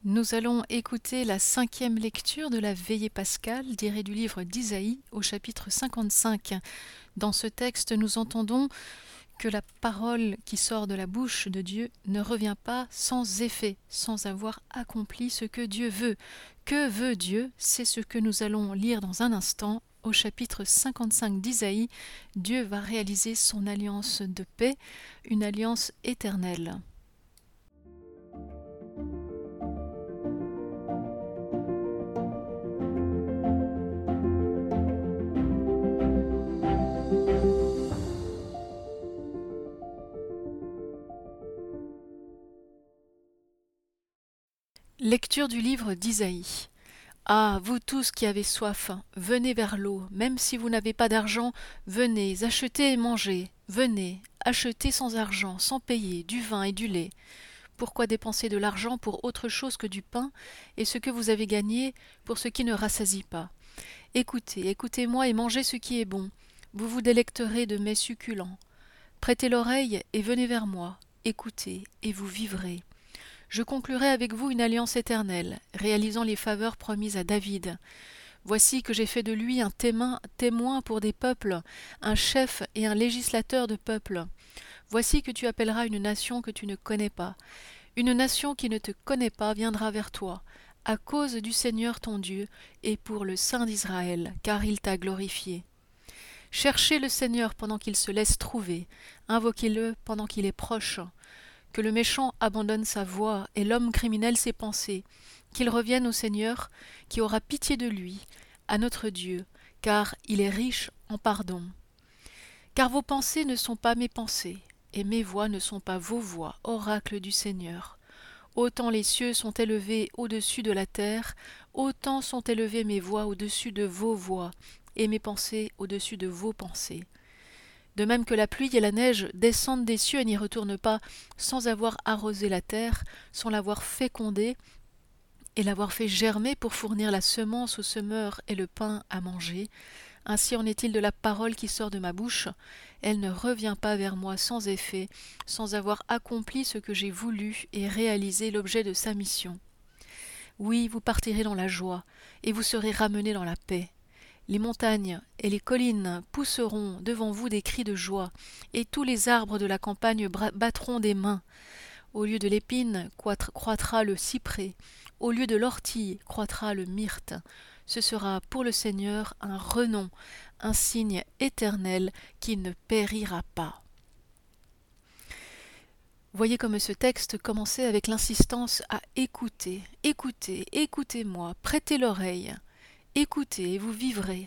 Nous allons écouter la 5e lecture de la veillée pascale tirée du livre d'Isaïe au chapitre 55. Dans ce texte, nous entendons que la parole qui sort de la bouche de Dieu ne revient pas sans effet, sans avoir accompli ce que Dieu veut. Que veut Dieu? C'est ce que nous allons lire dans un instant. Au chapitre 55 d'Isaïe, Dieu va réaliser son alliance de paix, une alliance éternelle. Lecture du livre d'Isaïe. Ah, vous tous qui avez soif, venez vers l'eau, même si vous n'avez pas d'argent, venez, achetez et mangez, venez, achetez sans argent, sans payer, du vin et du lait. Pourquoi dépenser de l'argent pour autre chose que du pain, et ce que vous avez gagné pour ce qui ne rassasie pas? Écoutez, écoutez-moi et mangez ce qui est bon, vous vous délecterez de mets succulents. Prêtez l'oreille et venez vers moi, écoutez et vous vivrez. Je conclurai avec vous une alliance éternelle, réalisant les faveurs promises à David. Voici que j'ai fait de lui un témoin pour des peuples, un chef et un législateur de peuples. Voici que tu appelleras une nation que tu ne connais pas. Une nation qui ne te connaît pas viendra vers toi, à cause du Seigneur ton Dieu, et pour le Saint d'Israël, car il t'a glorifié. Cherchez le Seigneur pendant qu'il se laisse trouver, invoquez-le pendant qu'il est proche. Que le méchant abandonne sa voie et l'homme criminel ses pensées, qu'il revienne au Seigneur, qui aura pitié de lui, à notre Dieu, car il est riche en pardon. Car vos pensées ne sont pas mes pensées, et mes voix ne sont pas vos voix, oracle du Seigneur. Autant les cieux sont élevés au-dessus de la terre, autant sont élevées mes voix au-dessus de vos voix, et mes pensées au-dessus de vos pensées. De même que la pluie et la neige descendent des cieux et n'y retournent pas sans avoir arrosé la terre, sans l'avoir fécondée et l'avoir fait germer pour fournir la semence au semeur et le pain à manger, ainsi en est-il de la parole qui sort de ma bouche. Elle ne revient pas vers moi sans effet, sans avoir accompli ce que j'ai voulu et réalisé l'objet de sa mission. Oui, vous partirez dans la joie, et vous serez ramenés dans la paix. Les montagnes et les collines pousseront devant vous des cris de joie, et tous les arbres de la campagne battront des mains. Au lieu de l'épine croîtra le cyprès, au lieu de l'ortie croîtra le myrte. Ce sera pour le Seigneur un renom, un signe éternel qui ne périra pas. Voyez comme ce texte commençait avec l'insistance à écouter, écoutez, écoutez-moi, prêtez l'oreille. Écoutez et vous vivrez.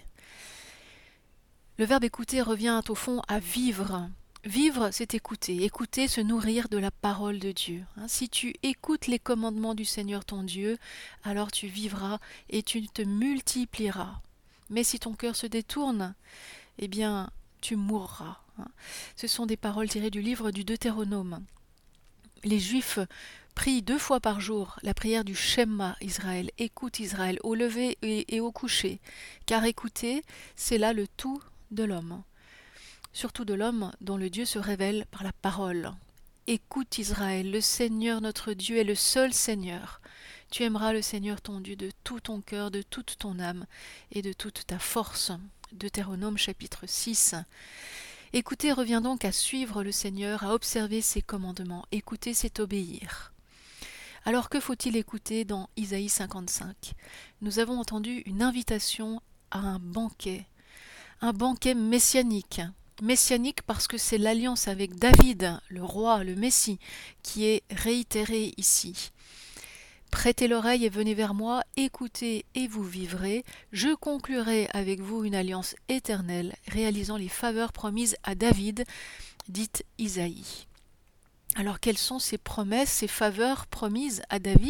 Le verbe écouter revient au fond à vivre. Vivre, c'est écouter. Écouter, se nourrir de la parole de Dieu. Si tu écoutes les commandements du Seigneur ton Dieu, alors tu vivras et tu te multiplieras. Mais si ton cœur se détourne, eh bien, tu mourras. Ce sont des paroles tirées du livre du Deutéronome. Les Juifs prient 2 fois par jour la prière du Shema Israël, écoute Israël, au lever et au coucher, car écouter, c'est là le tout de l'homme, surtout de l'homme dont le Dieu se révèle par la parole. Écoute Israël, le Seigneur notre Dieu est le seul Seigneur. Tu aimeras le Seigneur ton Dieu de tout ton cœur, de toute ton âme et de toute ta force. Deutéronome chapitre 6. Écouter revient donc à suivre le Seigneur, à observer ses commandements. Écouter, c'est obéir. Alors que faut-il écouter dans Isaïe 55? Nous avons entendu une invitation à un banquet messianique. Messianique parce que c'est l'alliance avec David, le roi, le Messie, qui est réitérée ici. Prêtez l'oreille et venez vers moi, écoutez et vous vivrez. Je conclurai avec vous une alliance éternelle, réalisant les faveurs promises à David, dite Isaïe. Alors quelles sont ces promesses, ces faveurs promises à David ?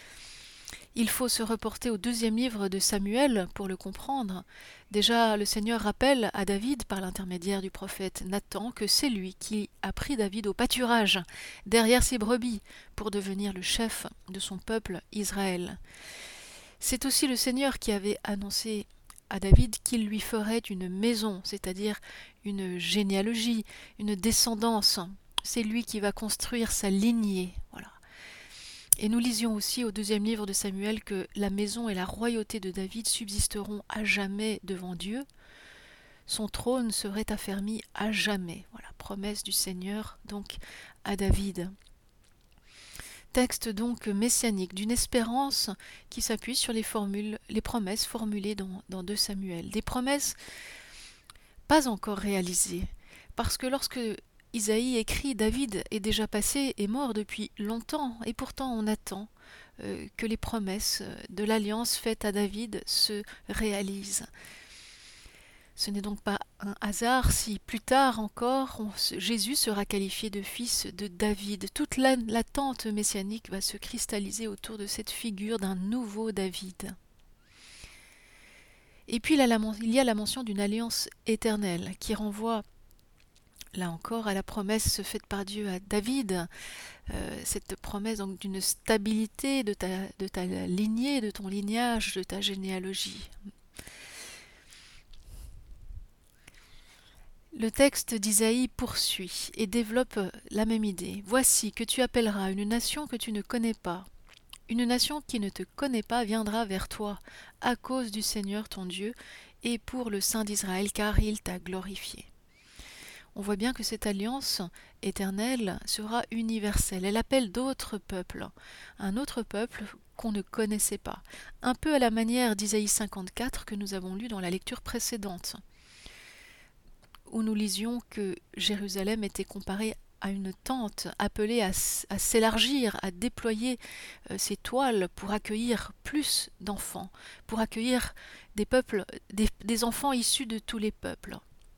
Il faut se reporter au 2e livre de Samuel pour le comprendre. Déjà, le Seigneur rappelle à David, par l'intermédiaire du prophète Nathan, que c'est lui qui a pris David au pâturage, derrière ses brebis, pour devenir le chef de son peuple Israël. C'est aussi le Seigneur qui avait annoncé à David qu'il lui ferait une maison, c'est-à-dire une généalogie, une descendance. C'est lui qui va construire sa lignée. Voilà. Et nous lisions aussi au 2e livre de Samuel que la maison et la royauté de David subsisteront à jamais devant Dieu. Son trône serait affermi à jamais. Voilà, promesse du Seigneur donc à David. Texte donc messianique, d'une espérance qui s'appuie sur les promesses formulées dans 2 Samuel. Des promesses pas encore réalisées, parce que lorsque Isaïe écrit « David est déjà passé, est mort depuis longtemps, et pourtant on attend que les promesses de l'alliance faite à David se réalisent ». Ce n'est donc pas un hasard si plus tard encore Jésus sera qualifié de fils de David. Toute l'attente messianique va se cristalliser autour de cette figure d'un nouveau David. Et puis il y a la mention d'une alliance éternelle qui renvoie là encore à la promesse faite par Dieu à David, cette promesse donc d'une stabilité de ta lignée, de ton lignage, de ta généalogie. Le texte d'Isaïe poursuit et développe la même idée. « Voici que tu appelleras une nation que tu ne connais pas. Une nation qui ne te connaît pas viendra vers toi à cause du Seigneur ton Dieu et pour le Saint d'Israël, car il t'a glorifié. » On voit bien que cette alliance éternelle sera universelle. Elle appelle d'autres peuples, un autre peuple qu'on ne connaissait pas, un peu à la manière d'Isaïe 54 que nous avons lu dans la lecture précédente, où nous lisions que Jérusalem était comparée à une tente appelée à s'élargir, à déployer ses toiles pour accueillir plus d'enfants, pour accueillir des peuples, des enfants issus de tous les peuples.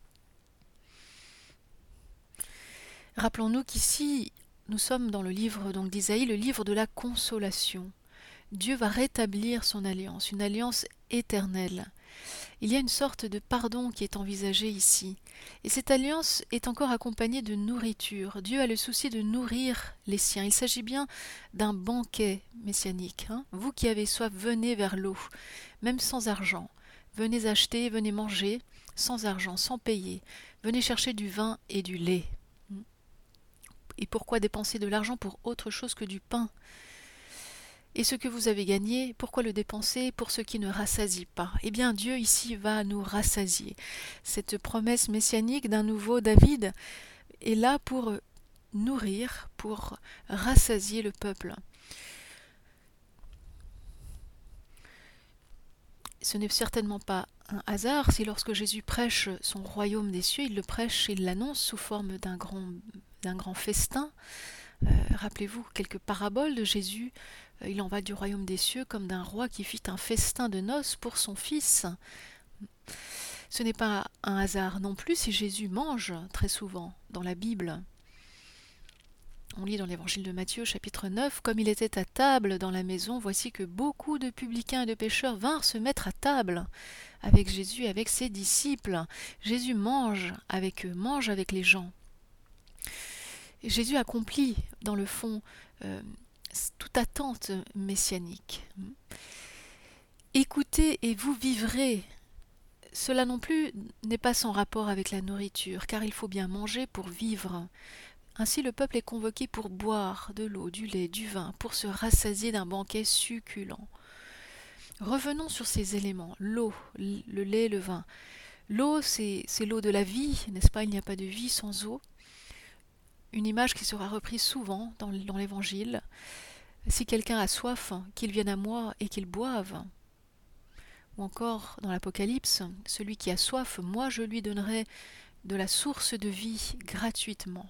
Rappelons-nous qu'ici, nous sommes dans le livre d'Isaïe, le livre de la consolation. Dieu va rétablir son alliance, une alliance éternelle. Il y a une sorte de pardon qui est envisagé ici. Et cette alliance est encore accompagnée de nourriture. Dieu a le souci de nourrir les siens. Il s'agit bien d'un banquet messianique. Vous qui avez soif, venez vers l'eau, même sans argent. Venez acheter, venez manger, sans argent, sans payer. Venez chercher du vin et du lait. Et pourquoi dépenser de l'argent pour autre chose que du pain ? Et ce que vous avez gagné, pourquoi le dépenser pour ce qui ne rassasie pas ? Eh bien, Dieu ici va nous rassasier. Cette promesse messianique d'un nouveau David est là pour nourrir, pour rassasier le peuple. Ce n'est certainement pas un hasard si lorsque Jésus prêche son royaume des cieux, il le prêche, il l'annonce sous forme d'un grand festin. Rappelez-vous quelques paraboles de Jésus. Il en va du royaume des cieux comme d'un roi qui fit un festin de noces pour son fils. Ce n'est pas un hasard non plus si Jésus mange très souvent dans la Bible. On lit dans l'évangile de Matthieu, chapitre 9, « Comme il était à table dans la maison, voici que beaucoup de publicains et de pécheurs vinrent se mettre à table avec Jésus et avec ses disciples. » Jésus mange avec eux, mange avec les gens. Et Jésus accomplit, dans le fond, toute attente messianique. Écoutez et vous vivrez. Cela non plus n'est pas sans rapport avec la nourriture, car il faut bien manger pour vivre. Ainsi le peuple est convoqué pour boire de l'eau, du lait, du vin, pour se rassasier d'un banquet succulent. Revenons sur ces éléments, l'eau, le lait, le vin. L'eau, c'est l'eau de la vie, n'est-ce pas ? Il n'y a pas de vie sans eau. Une image qui sera reprise souvent dans l'Évangile. Si quelqu'un a soif, qu'il vienne à moi et qu'il boive. Ou encore dans l'Apocalypse, celui qui a soif, moi je lui donnerai de la source de vie gratuitement.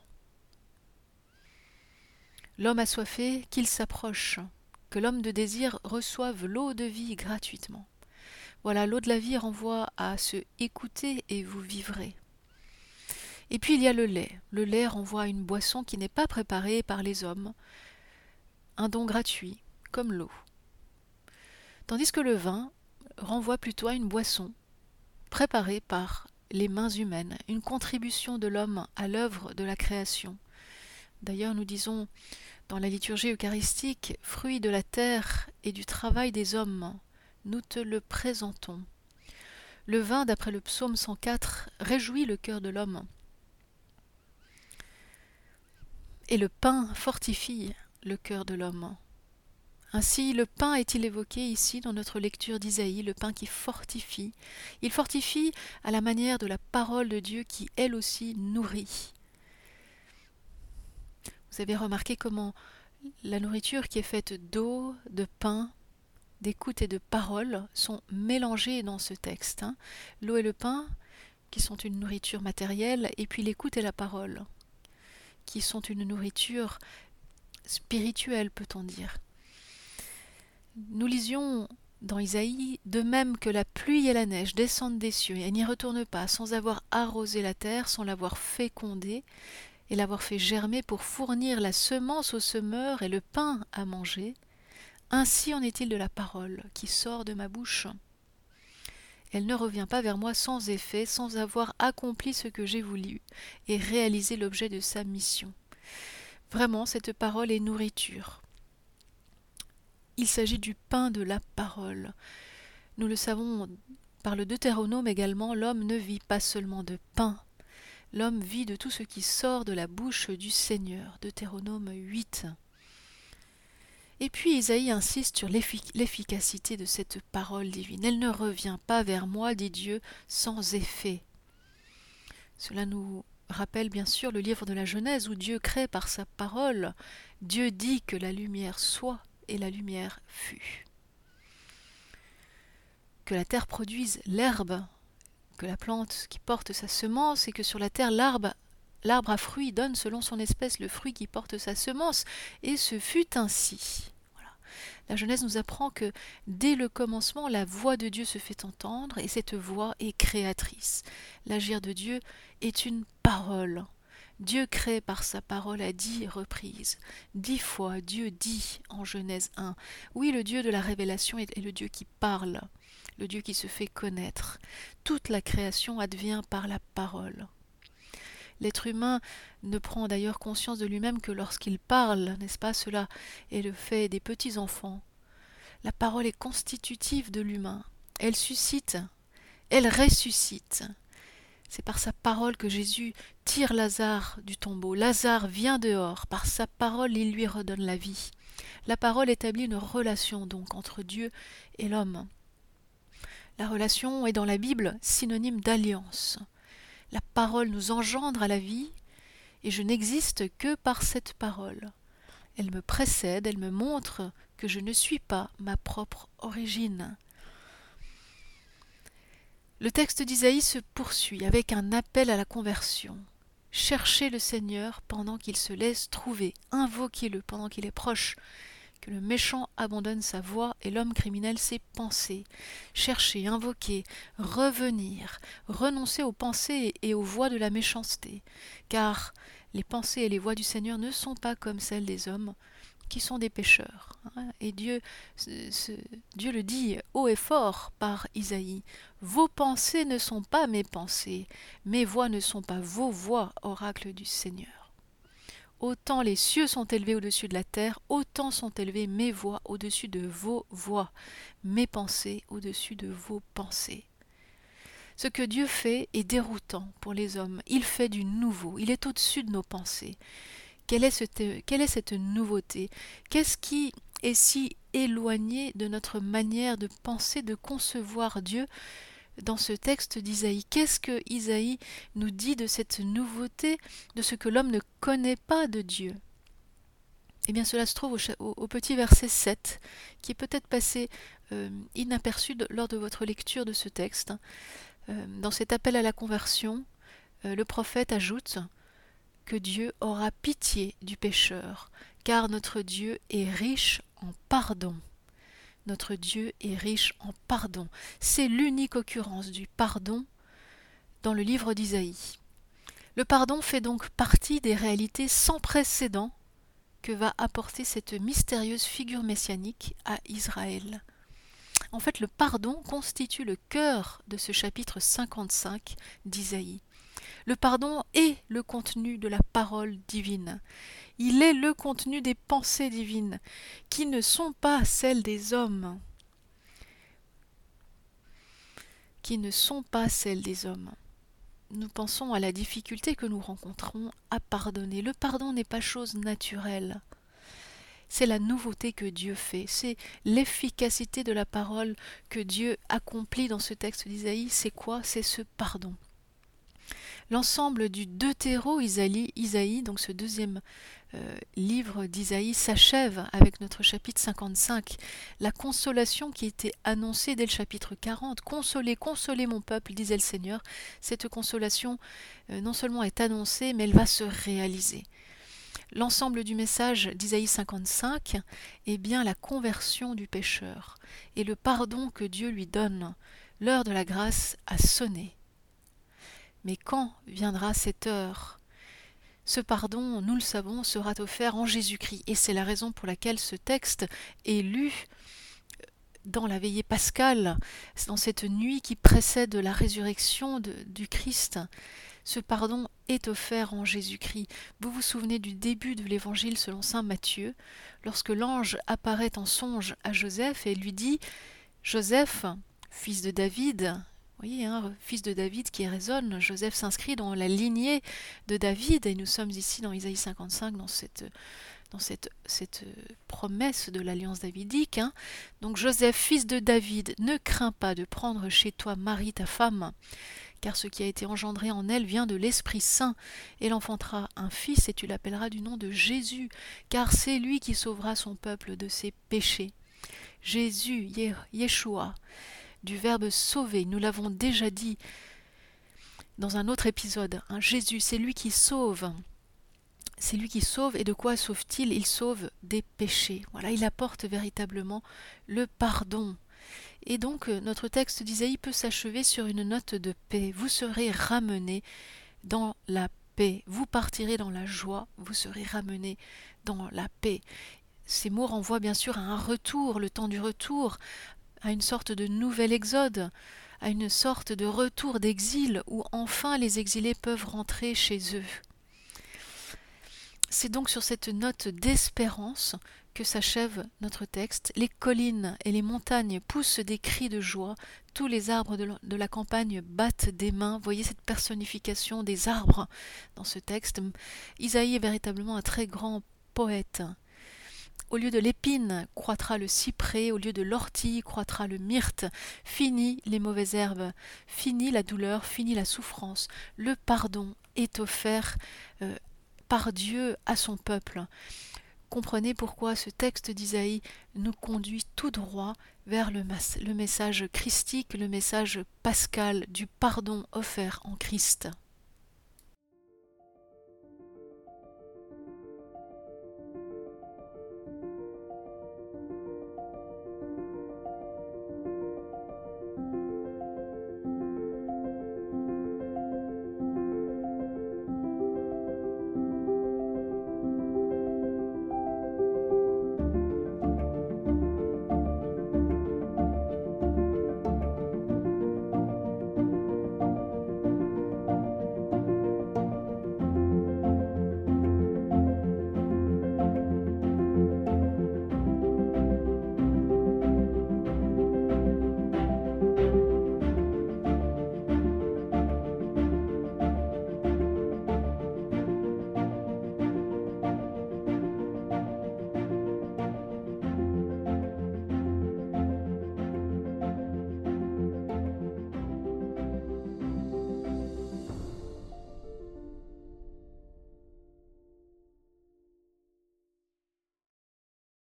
L'homme assoiffé, qu'il s'approche, que l'homme de désir reçoive l'eau de vie gratuitement. Voilà, l'eau de la vie renvoie à se écouter et vous vivrez. Et puis il y a le lait. Le lait renvoie à une boisson qui n'est pas préparée par les hommes, un don gratuit, comme l'eau. Tandis que le vin renvoie plutôt à une boisson préparée par les mains humaines, une contribution de l'homme à l'œuvre de la création. D'ailleurs, nous disons dans la liturgie eucharistique, « Fruit de la terre et du travail des hommes, nous te le présentons ». Le vin, d'après le psaume 104, réjouit le cœur de l'homme. Et le pain fortifie le cœur de l'homme. Ainsi, le pain est-il évoqué ici dans notre lecture d'Isaïe, le pain qui fortifie. Il fortifie à la manière de la parole de Dieu qui, elle aussi, nourrit. Vous avez remarqué comment la nourriture qui est faite d'eau, de pain, d'écoute et de parole sont mélangées dans ce texte. L'eau et le pain, qui sont une nourriture matérielle, et puis l'écoute et la parole, qui sont une nourriture spirituelle, peut-on dire. Nous lisions dans Isaïe, de même que la pluie et la neige descendent des cieux et n'y retournent pas sans avoir arrosé la terre, sans l'avoir fécondée et l'avoir fait germer pour fournir la semence au semeur et le pain à manger, ainsi en est-il de la parole qui sort de ma bouche. Elle ne revient pas vers moi sans effet, sans avoir accompli ce que j'ai voulu et réalisé l'objet de sa mission. Vraiment, cette parole est nourriture. Il s'agit du pain de la parole. Nous le savons par le Deutéronome également, l'homme ne vit pas seulement de pain. L'homme vit de tout ce qui sort de la bouche du Seigneur. Deutéronome 8. Et puis Isaïe insiste sur l'efficacité de cette parole divine. Elle ne revient pas vers moi, dit Dieu, sans effet. Cela nous rappelle bien sûr le livre de la Genèse où Dieu crée par sa parole. Dieu dit que la lumière soit et la lumière fut. Que la terre produise l'herbe, que la plante qui porte sa semence et que sur la terre l'arbre à fruits donne selon son espèce le fruit qui porte sa semence. Et ce fut ainsi. Voilà. La Genèse nous apprend que dès le commencement, la voix de Dieu se fait entendre et cette voix est créatrice. L'agir de Dieu est une parole. Dieu crée par sa parole à 10 reprises. 10 fois, Dieu dit en Genèse 1. Oui, le Dieu de la révélation est le Dieu qui parle, le Dieu qui se fait connaître. Toute la création advient par la parole. L'être humain ne prend d'ailleurs conscience de lui-même que lorsqu'il parle, n'est-ce pas? Cela est le fait des petits-enfants. La parole est constitutive de l'humain. Elle suscite, elle ressuscite. C'est par sa parole que Jésus tire Lazare du tombeau. Lazare vient dehors. Par sa parole, il lui redonne la vie. La parole établit une relation donc entre Dieu et l'homme. La relation est dans la Bible synonyme d'alliance. La parole nous engendre à la vie et je n'existe que par cette parole. Elle me précède, elle me montre que je ne suis pas ma propre origine. Le texte d'Isaïe se poursuit avec un appel à la conversion. Cherchez le Seigneur pendant qu'il se laisse trouver, invoquez-le pendant qu'il est proche, que le méchant abandonne sa voie et l'homme criminel ses pensées. Cherchez, invoquez, revenir, renoncer aux pensées et aux voies de la méchanceté, car les pensées et les voies du Seigneur ne sont pas comme celles des hommes, qui sont des pécheurs. Et Dieu le dit haut et fort par Isaïe. Vos pensées ne sont pas mes pensées, mes voix ne sont pas vos voix, oracle du Seigneur. Autant les cieux sont élevés au-dessus de la terre, autant sont élevées mes voix au-dessus de vos voix, mes pensées au-dessus de vos pensées. Ce que Dieu fait est déroutant pour les hommes. Il fait du nouveau, il est au-dessus de nos pensées. Quelle est cette nouveauté? Qu'est-ce qui est si éloigné de notre manière de penser, de concevoir Dieu dans ce texte d'Isaïe? Qu'est-ce que Isaïe nous dit de cette nouveauté, de ce que l'homme ne connaît pas de Dieu? Eh bien, cela se trouve au petit verset 7, qui est peut-être passé inaperçu lors de votre lecture de ce texte. Dans cet appel à la conversion, le prophète ajoute que Dieu aura pitié du pécheur, car notre Dieu est riche en pardon. Notre Dieu est riche en pardon. C'est l'unique occurrence du pardon dans le livre d'Isaïe. Le pardon fait donc partie des réalités sans précédent que va apporter cette mystérieuse figure messianique à Israël. En fait, le pardon constitue le cœur de ce chapitre 55 d'Isaïe. Le pardon est le contenu de la parole divine. Il est le contenu des pensées divines, qui ne sont pas celles des hommes. Qui ne sont pas celles des hommes. Nous pensons à la difficulté que nous rencontrons à pardonner. Le pardon n'est pas chose naturelle. C'est la nouveauté que Dieu fait, c'est l'efficacité de la parole que Dieu accomplit dans ce texte d'Isaïe. C'est quoi? C'est ce pardon. L'ensemble du Isaïe, donc ce deuxième livre d'Isaïe, s'achève avec notre chapitre 55. La consolation qui était annoncée dès le chapitre 40. Consolez, consolez mon peuple, disait le Seigneur. Cette consolation non seulement est annoncée, mais elle va se réaliser. L'ensemble du message d'Isaïe 55 est bien la conversion du pécheur et le pardon que Dieu lui donne. L'heure de la grâce a sonné. Mais quand viendra cette heure? Ce pardon, nous le savons, sera offert en Jésus-Christ. Et c'est la raison pour laquelle ce texte est lu dans la veillée pascale, dans cette nuit qui précède la résurrection du Christ. Ce pardon est offert en Jésus-Christ. Vous vous souvenez du début de l'évangile selon saint Matthieu, lorsque l'ange apparaît en songe à Joseph et lui dit « Joseph, fils de David », vous voyez, fils de David qui résonne, Joseph s'inscrit dans la lignée de David, et nous sommes ici dans Isaïe 55, dans cette promesse de l'alliance davidique. Donc Joseph, fils de David, ne crains pas de prendre chez toi Marie ta femme, car ce qui a été engendré en elle vient de l'Esprit Saint. Elle enfantera un fils et tu l'appelleras du nom de Jésus, car c'est lui qui sauvera son peuple de ses péchés. Jésus, Yeshua, du verbe sauver, nous l'avons déjà dit dans un autre épisode. Jésus, c'est lui qui sauve. C'est lui qui sauve, et de quoi sauve-t-il? Il sauve des péchés. Voilà, il apporte véritablement le pardon. Et donc notre texte d'Isaïe peut s'achever sur une note de paix. Vous serez ramenés dans la paix. Vous partirez dans la joie, vous serez ramenés dans la paix. Ces mots renvoient bien sûr à un retour, le temps du retour, à une sorte de nouvel exode, à une sorte de retour d'exil où enfin les exilés peuvent rentrer chez eux. C'est donc sur cette note d'espérance que s'achève notre texte. Les collines et les montagnes poussent des cris de joie. Tous les arbres de la campagne battent des mains. Voyez cette personnification des arbres dans ce texte. Isaïe est véritablement un très grand poète. Au lieu de l'épine croîtra le cyprès, au lieu de l'ortie croîtra le myrte. Fini les mauvaises herbes, fini la douleur, fini la souffrance. Le pardon est offert par Dieu à son peuple. Comprenez pourquoi ce texte d'Isaïe nous conduit tout droit vers le message christique, le message pascal du pardon offert en Christ.